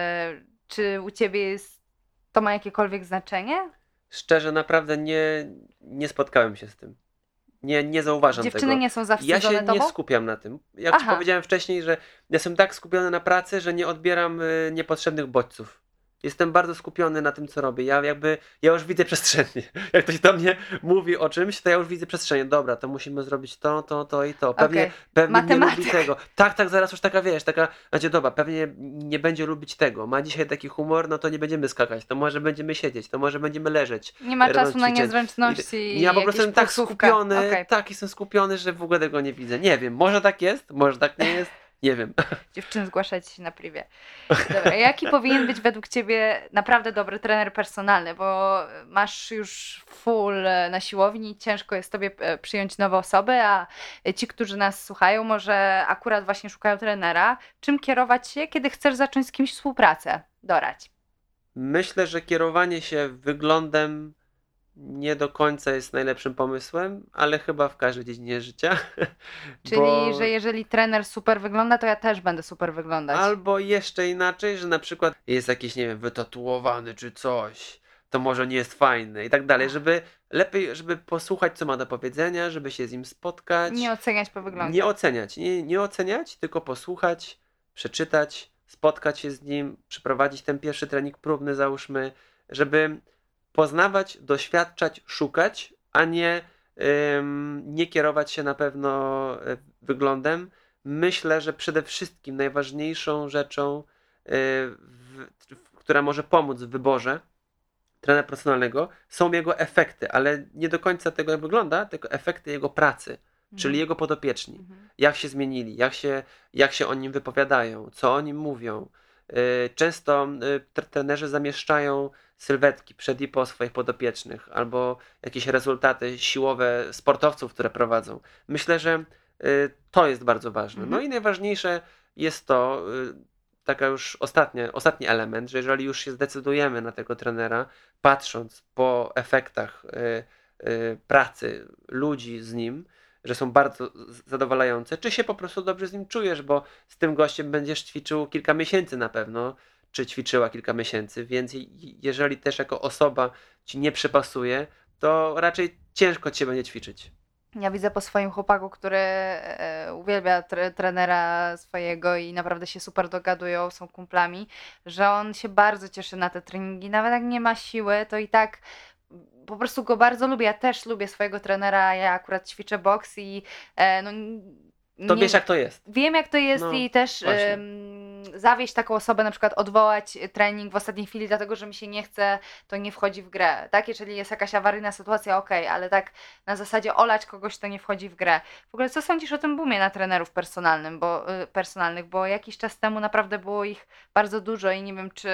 czy u ciebie to ma jakiekolwiek znaczenie? Szczerze, naprawdę nie spotkałem się z tym. Nie zauważam Dziewczyny tego. nie są Ja zawstydzone się nie tobą? skupiam na tym. Jak ci Aha. powiedziałem wcześniej, że jestem tak skupiony na pracy, że nie odbieram niepotrzebnych bodźców. Jestem bardzo skupiony na tym, co robię. Ja już widzę przestrzenie. Jak ktoś do mnie mówi o czymś, to ja już widzę przestrzenie. Dobra, to musimy zrobić to i to. Pewnie nie Matematyk. lubi tego. Tak, zaraz już taka, wiesz, znaczy dobra, pewnie nie będzie lubić tego. Ma dzisiaj taki humor, no to nie będziemy skakać. To może będziemy siedzieć, to może będziemy leżeć. Nie ma czasu na ćwiczeń. niezręczności. Ja po prostu jestem tak skupiony, Okay. jestem skupiony, że w ogóle tego nie widzę. Nie wiem, może tak jest, może tak nie jest, nie wiem. Dziewczyny, zgłaszajcie się na privie. Dobra, jaki powinien być według ciebie naprawdę dobry trener personalny, bo masz już full na siłowni, ciężko jest tobie przyjąć nowe osoby, a ci, którzy nas słuchają, może akurat właśnie szukają trenera. Czym kierować się, kiedy chcesz zacząć z kimś współpracę? Doradź. Myślę, że kierowanie się wyglądem nie do końca jest najlepszym pomysłem, ale chyba w każdej dziedzinie życia. Czyli, że jeżeli trener super wygląda, to ja też będę super wyglądać. Albo jeszcze inaczej, że na przykład jest jakiś, nie wiem, wytatuowany czy coś, to może nie jest fajny i tak dalej, żeby posłuchać, co ma do powiedzenia, żeby się z nim spotkać. Nie oceniać po wyglądzie. Nie oceniać, tylko posłuchać, przeczytać, spotkać się z nim, przeprowadzić ten pierwszy trening próbny, załóżmy, żeby poznawać, doświadczać, szukać, a nie kierować się na pewno wyglądem. Myślę, że przede wszystkim najważniejszą rzeczą, która może pomóc w wyborze trenera personalnego, są jego efekty, ale nie do końca tego, jak wygląda, tylko efekty jego pracy, czyli jego podopieczni. Jak się zmienili, jak się o nim wypowiadają, co o nim mówią. Często trenerzy zamieszczają sylwetki przed i po swoich podopiecznych, albo jakieś rezultaty siłowe sportowców, które prowadzą. Myślę, że to jest bardzo ważne. No i najważniejsze jest to, taka już ostatni element, że jeżeli już się zdecydujemy na tego trenera, patrząc po efektach pracy ludzi z nim, że są bardzo zadowalające, czy się po prostu dobrze z nim czujesz, bo z tym gościem będziesz ćwiczył kilka miesięcy na pewno, czy ćwiczyła kilka miesięcy, więc jeżeli też jako osoba ci nie przypasuje, to raczej ciężko ci się będzie ćwiczyć. Ja widzę po swoim chłopaku, który uwielbia trenera swojego i naprawdę się super dogadują, są kumplami, że on się bardzo cieszy na te treningi. Nawet jak nie ma siły, to i tak po prostu go bardzo lubię. Ja też lubię swojego trenera, ja akurat ćwiczę boks i no, To wiesz, jak to jest. Wiem, jak to jest, No, i też zawieść taką osobę, na przykład odwołać trening w ostatniej chwili, dlatego że mi się nie chce, to nie wchodzi w grę, tak? Jeżeli jest jakaś awaryjna sytuacja, okej, ale tak na zasadzie olać kogoś, to nie wchodzi w grę. W ogóle co sądzisz o tym boomie na trenerów personalnych, bo jakiś czas temu naprawdę było ich bardzo dużo i nie wiem, czy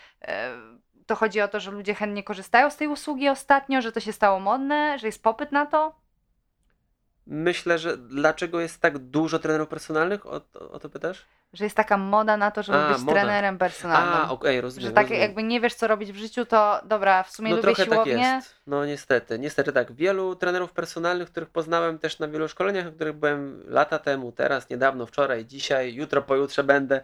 to chodzi o to, że ludzie chętnie korzystają z tej usługi ostatnio, że to się stało modne, że jest popyt na to? Myślę, że dlaczego jest tak dużo trenerów personalnych? O to pytasz? Że jest taka moda na to, żeby być moda. trenerem personalnym. Okej, rozumiem. Że tak rozumiem. jakby nie wiesz, co robić w życiu, to dobra, w sumie No lubię trochę siłownię. tak jest. No niestety tak. Wielu trenerów personalnych, których poznałem też na wielu szkoleniach, na których byłem lata temu, teraz, niedawno, wczoraj, dzisiaj, jutro, pojutrze będę,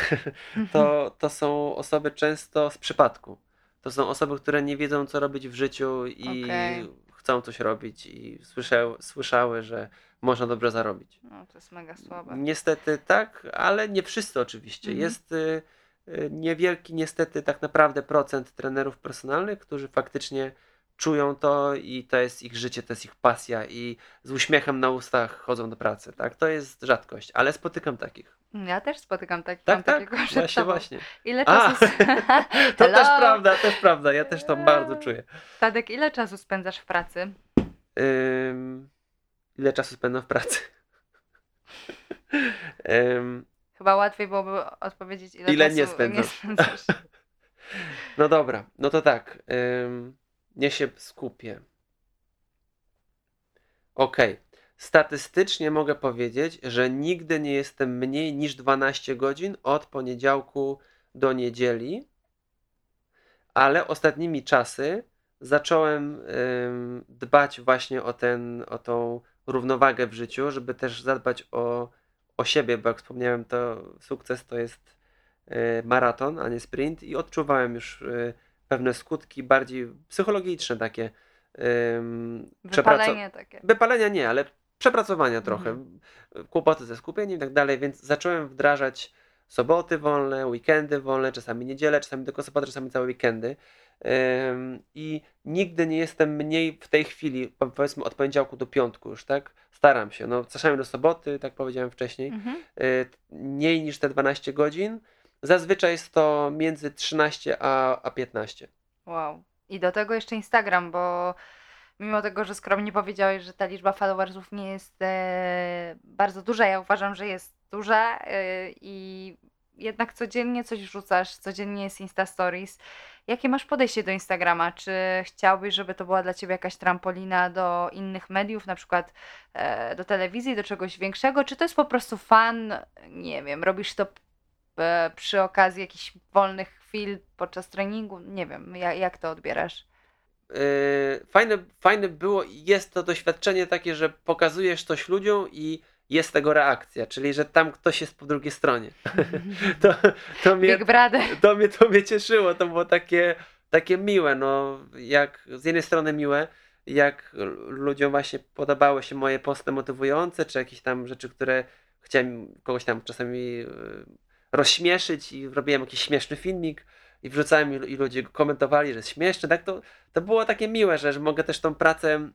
to są osoby często z przypadku. To są osoby, które nie wiedzą, co robić w życiu i chcą coś robić i słyszały, że można dobrze zarobić. No, to jest mega słabe. Niestety tak, ale nie wszyscy oczywiście. Jest niewielki niestety tak naprawdę procent trenerów personalnych, którzy faktycznie czują to i to jest ich życie, to jest ich pasja i z uśmiechem na ustach chodzą do pracy. Tak? To jest rzadkość, ale spotykam takich. Ja też spotykam mam Tak, takiego przed właśnie, sobą. właśnie. Ile A, czasu... to też Hello! prawda, ja też to bardzo czuję. Tadek, ile czasu spędzasz w pracy? Ile czasu spędzam w pracy? Chyba łatwiej byłoby odpowiedzieć, ile Ile czasu nie spędzam. spędzasz. No dobra, no to tak. Nie się skupię. Okej. Statystycznie mogę powiedzieć, że nigdy nie jestem mniej niż 12 godzin od poniedziałku do niedzieli, ale ostatnimi czasy zacząłem dbać właśnie o tą równowagę w życiu, żeby też zadbać o siebie, bo jak wspomniałem, to sukces to jest maraton, a nie sprint i odczuwałem już pewne skutki bardziej psychologiczne takie. Wypalenie takie. Wypalenia nie, ale przepracowania trochę. Kłopoty ze skupieniem i tak dalej, więc zacząłem wdrażać soboty wolne, weekendy wolne, czasami niedzielę, czasami tylko soboty, czasami całe weekendy. I nigdy nie jestem mniej w tej chwili, powiedzmy od poniedziałku do piątku już, tak? Staram się, no czasami do soboty, tak powiedziałem wcześniej, mniej niż te 12 godzin. Zazwyczaj jest to między 13 a 15. Wow. I do tego jeszcze Instagram, bo mimo tego, że skromnie powiedziałeś, że ta liczba followersów nie jest bardzo duża, ja uważam, że jest duża i jednak codziennie coś wrzucasz, codziennie jest Insta Stories. Jakie masz podejście do Instagrama? Czy chciałbyś, żeby to była dla Ciebie jakaś trampolina do innych mediów, na przykład do telewizji, do czegoś większego? Czy to jest po prostu fan? Nie wiem, robisz to przy okazji jakichś wolnych chwil podczas treningu? Nie wiem, jak to odbierasz? Fajne było i jest to doświadczenie takie, że pokazujesz coś ludziom i jest tego reakcja, czyli że tam ktoś jest po drugiej stronie. To mnie, Big Brother. to mnie cieszyło, to było takie miłe, no jak z jednej strony miłe, jak ludziom właśnie podobały się moje posty motywujące, czy jakieś tam rzeczy, które chciałem kogoś tam czasami rozśmieszyć i robiłem jakiś śmieszny filmik i wrzucałem i ludzie komentowali, że jest śmieszny, tak to było takie miłe, że mogę też tą pracę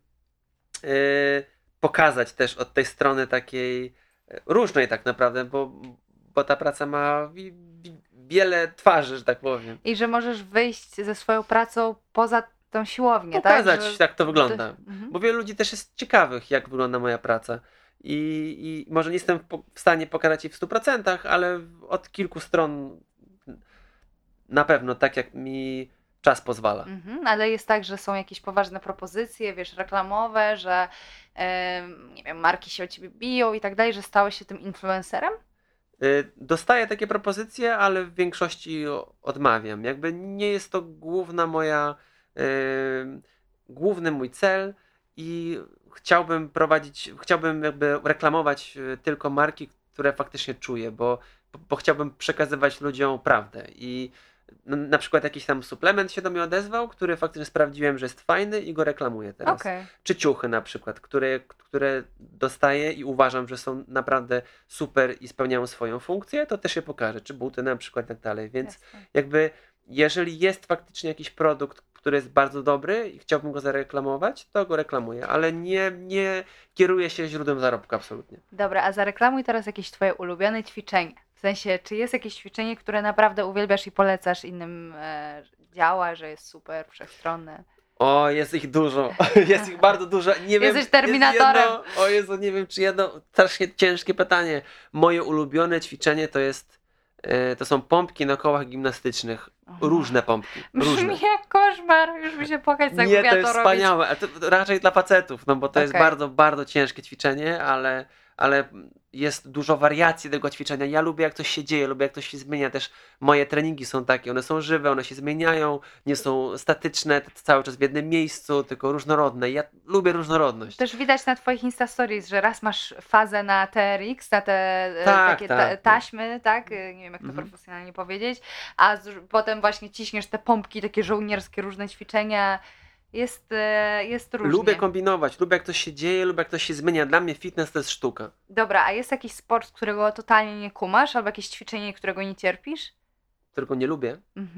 pokazać też od tej strony takiej różnej tak naprawdę, bo ta praca ma wiele twarzy, że tak powiem. I że możesz wyjść ze swoją pracą poza tą siłownię, Pokazać, tak? jak to wygląda. Bo wielu ludzi też jest ciekawych, jak wygląda moja praca. I może nie jestem w stanie pokazać jej w 100%, ale od kilku stron na pewno, tak jak mi czas pozwala. Ale jest tak, że są jakieś poważne propozycje, wiesz, reklamowe, że nie wiem, marki się o ciebie biją i tak dalej, że stałeś się tym influencerem? Dostaję takie propozycje, ale w większości odmawiam. Jakby nie jest to główny mój cel i chciałbym jakby reklamować tylko marki, które faktycznie czuję, bo chciałbym przekazywać ludziom prawdę i na przykład jakiś tam suplement się do mnie odezwał, który faktycznie sprawdziłem, że jest fajny i go reklamuję teraz. Okay. Czy ciuchy na przykład, które dostaję i uważam, że są naprawdę super i spełniają swoją funkcję, to też je pokażę. Czy buty na przykład i tak dalej. Więc jakby jeżeli jest faktycznie jakiś produkt, który jest bardzo dobry i chciałbym go zareklamować, to go reklamuję, ale nie kieruję się źródłem zarobku absolutnie. Dobra, a zareklamuj teraz jakieś twoje ulubione ćwiczenie. W sensie, czy jest jakieś ćwiczenie, które naprawdę uwielbiasz i polecasz innym, działa, że jest super, wszechstronne? O, jest ich dużo. Jest ich bardzo dużo. Nie Jesteś wiem, terminatorem. O Jezu, nie wiem, czy jedno. Strasznie ciężkie pytanie. Moje ulubione ćwiczenie to są pompki na kołach gimnastycznych. Różne pompki. Różne. Brzmi jak koszmar. Już mi się płakać, jak Nie, to ja jest to wspaniałe. Ale to raczej dla facetów, no bo to jest Okej. bardzo, bardzo ciężkie ćwiczenie, ale jest dużo wariacji tego ćwiczenia. Ja lubię, jak coś się dzieje, lubię, jak coś się zmienia. Też moje treningi są takie, one są żywe, one się zmieniają, nie są statyczne, cały czas w jednym miejscu, tylko różnorodne. Ja lubię różnorodność. Też widać na twoich Insta Stories, że raz masz fazę na TRX, na te takie taśmy, tak? Nie wiem, jak to profesjonalnie powiedzieć, a potem właśnie ciśniesz te pompki, takie żołnierskie, różne ćwiczenia. Jest różnie. Lubię kombinować, lubię jak coś się dzieje, lubię jak coś się zmienia. Dla mnie fitness to jest sztuka. Dobra, a jest jakiś sport, którego totalnie nie kumasz, albo jakieś ćwiczenie, którego nie cierpisz? Którego nie lubię?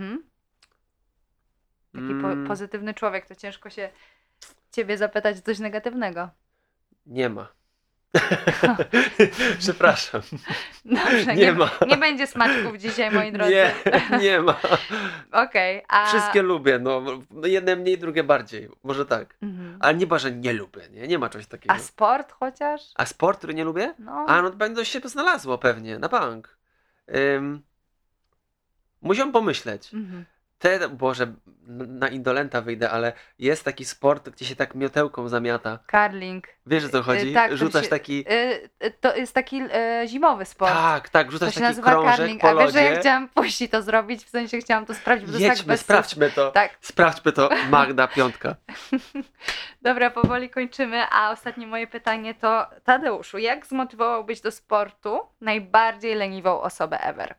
Taki pozytywny człowiek, to ciężko się ciebie zapytać coś negatywnego. Nie ma. Przepraszam. Dobrze, Nie ma. nie będzie smaczków dzisiaj, moi drodzy. Nie ma. Okej, a... Wszystkie lubię, no jedne mniej, drugie bardziej. Może tak. Mhm. Ale nie ma, że nie lubię, nie ma czegoś takiego. A sport chociaż? A sport, który nie lubię? No. A no to będę się znalazło pewnie, na bank. Musiałem pomyśleć. Mhm. Boże, na indolenta wyjdę, ale jest taki sport, gdzie się tak miotełką zamiata. Curling. Wiesz, o co chodzi? Tak, Rzucasz taki... To jest taki zimowy sport. Tak, To rzucasz się taki nazywa krążek curling. po A wiesz, że ja lodzie. chciałam pójść i to zrobić, w sensie chciałam to sprawdzić, bo to jest tak Jedźmy, bez sprawdźmy to. Tak. Sprawdźmy to. Magda, 5. Dobra, powoli kończymy, a ostatnie moje pytanie to Tadeuszu, jak zmotywowałbyś do sportu najbardziej leniwą osobę ever?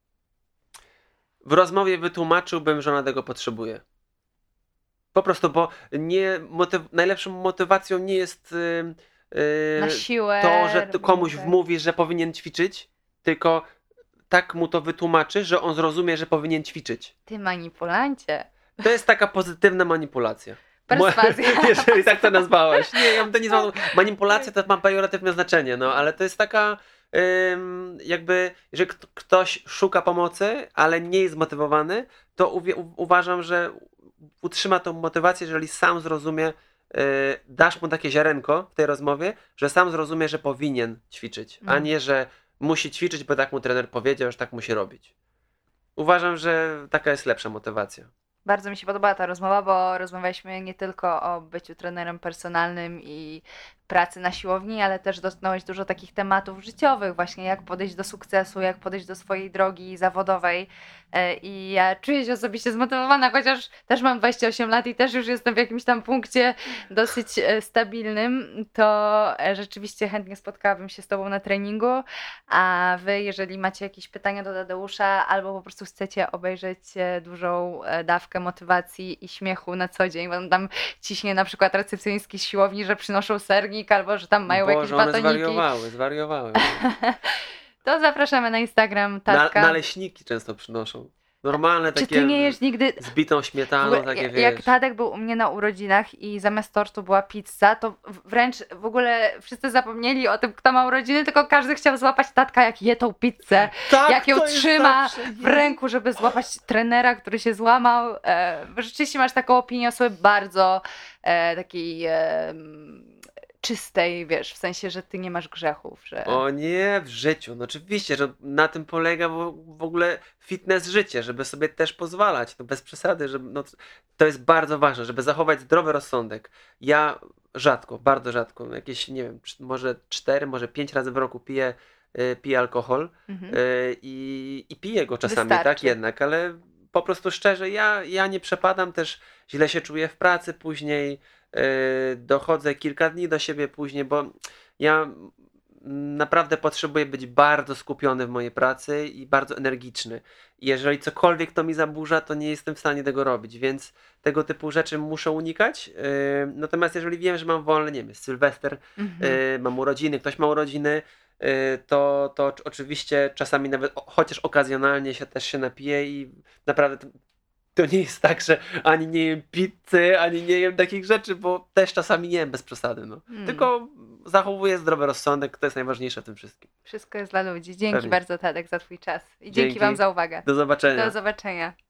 W rozmowie wytłumaczyłbym, że ona tego potrzebuje. Po prostu, bo najlepszą motywacją nie jest Na siłę. to, że komuś tak. wmówisz, że powinien ćwiczyć, tylko tak mu to wytłumaczysz, że on zrozumie, że powinien ćwiczyć. Ty manipulancie. To jest taka pozytywna manipulacja. Perswazja. Jeżeli tak to nazwałeś. Nie, ja bym to nie nazwał. Manipulacja to ma pejoratywne znaczenie, no ale to jest taka jakby, że ktoś szuka pomocy, ale nie jest zmotywowany, to uważam, że utrzyma tą motywację, jeżeli sam zrozumie, dasz mu takie ziarenko w tej rozmowie, że sam zrozumie, że powinien ćwiczyć, a nie, że musi ćwiczyć, bo tak mu trener powiedział, że tak musi robić. Uważam, że taka jest lepsza motywacja. Bardzo mi się podobała ta rozmowa, bo rozmawialiśmy nie tylko o byciu trenerem personalnym i pracy na siłowni, ale też dotknąłeś dużo takich tematów życiowych, właśnie jak podejść do sukcesu, jak podejść do swojej drogi zawodowej. I ja czuję się osobiście zmotywowana, chociaż też mam 28 lat i też już jestem w jakimś tam punkcie dosyć stabilnym, to rzeczywiście chętnie spotkałabym się z Tobą na treningu, a Wy, jeżeli macie jakieś pytania do Tadeusza albo po prostu chcecie obejrzeć dużą dawkę motywacji i śmiechu na co dzień, bo on tam ciśnie na przykład recepcjonistki z siłowni, że przynoszą sernik albo że tam mają jakieś one batoniki. zwariowały. To zapraszamy na Instagram Tatka. Naleśniki często przynoszą. Normalne Czy takie ty nie jesz nigdy... z bitą śmietaną, takie wiesz. Jak Tadek był u mnie na urodzinach i zamiast tortu była pizza, to wręcz w ogóle wszyscy zapomnieli o tym, kto ma urodziny, tylko każdy chciał złapać Tatka, jak je tą pizzę, Tak, jak ją to jest trzyma zawsze, w ręku, żeby złapać trenera, który się złamał. Rzeczywiście masz taką opinię osoby bardzo takiej czystej, wiesz, w sensie, że ty nie masz grzechów, że... O nie, w życiu. No oczywiście, że na tym polega w ogóle fitness życie, żeby sobie też pozwalać, no bez przesady, żeby, no, to jest bardzo ważne, żeby zachować zdrowy rozsądek. Ja rzadko, bardzo rzadko, jakieś, nie wiem, może 4, może 5 razy w roku piję alkohol i piję go czasami, Wystarczy. tak jednak, ale po prostu szczerze, ja nie przepadam, też źle się czuję w pracy później, dochodzę kilka dni do siebie później, bo ja naprawdę potrzebuję być bardzo skupiony w mojej pracy i bardzo energiczny. I jeżeli cokolwiek to mi zaburza, to nie jestem w stanie tego robić, więc tego typu rzeczy muszę unikać. Natomiast jeżeli wiem, że mam wolne, nie wiem, Sylwester, mam urodziny, ktoś ma urodziny, to oczywiście czasami nawet chociaż okazjonalnie się napiję i naprawdę to nie jest tak, że ani nie jem pizzy, ani nie jem takich rzeczy, bo też czasami nie jem bez przesady. No. Tylko zachowuję zdrowy rozsądek, to jest najważniejsze w tym wszystkim. Wszystko jest dla ludzi. Dzięki Pewnie. bardzo, Tadek, za twój czas. I dzięki Dzięki. Wam za uwagę. Do zobaczenia. Do zobaczenia.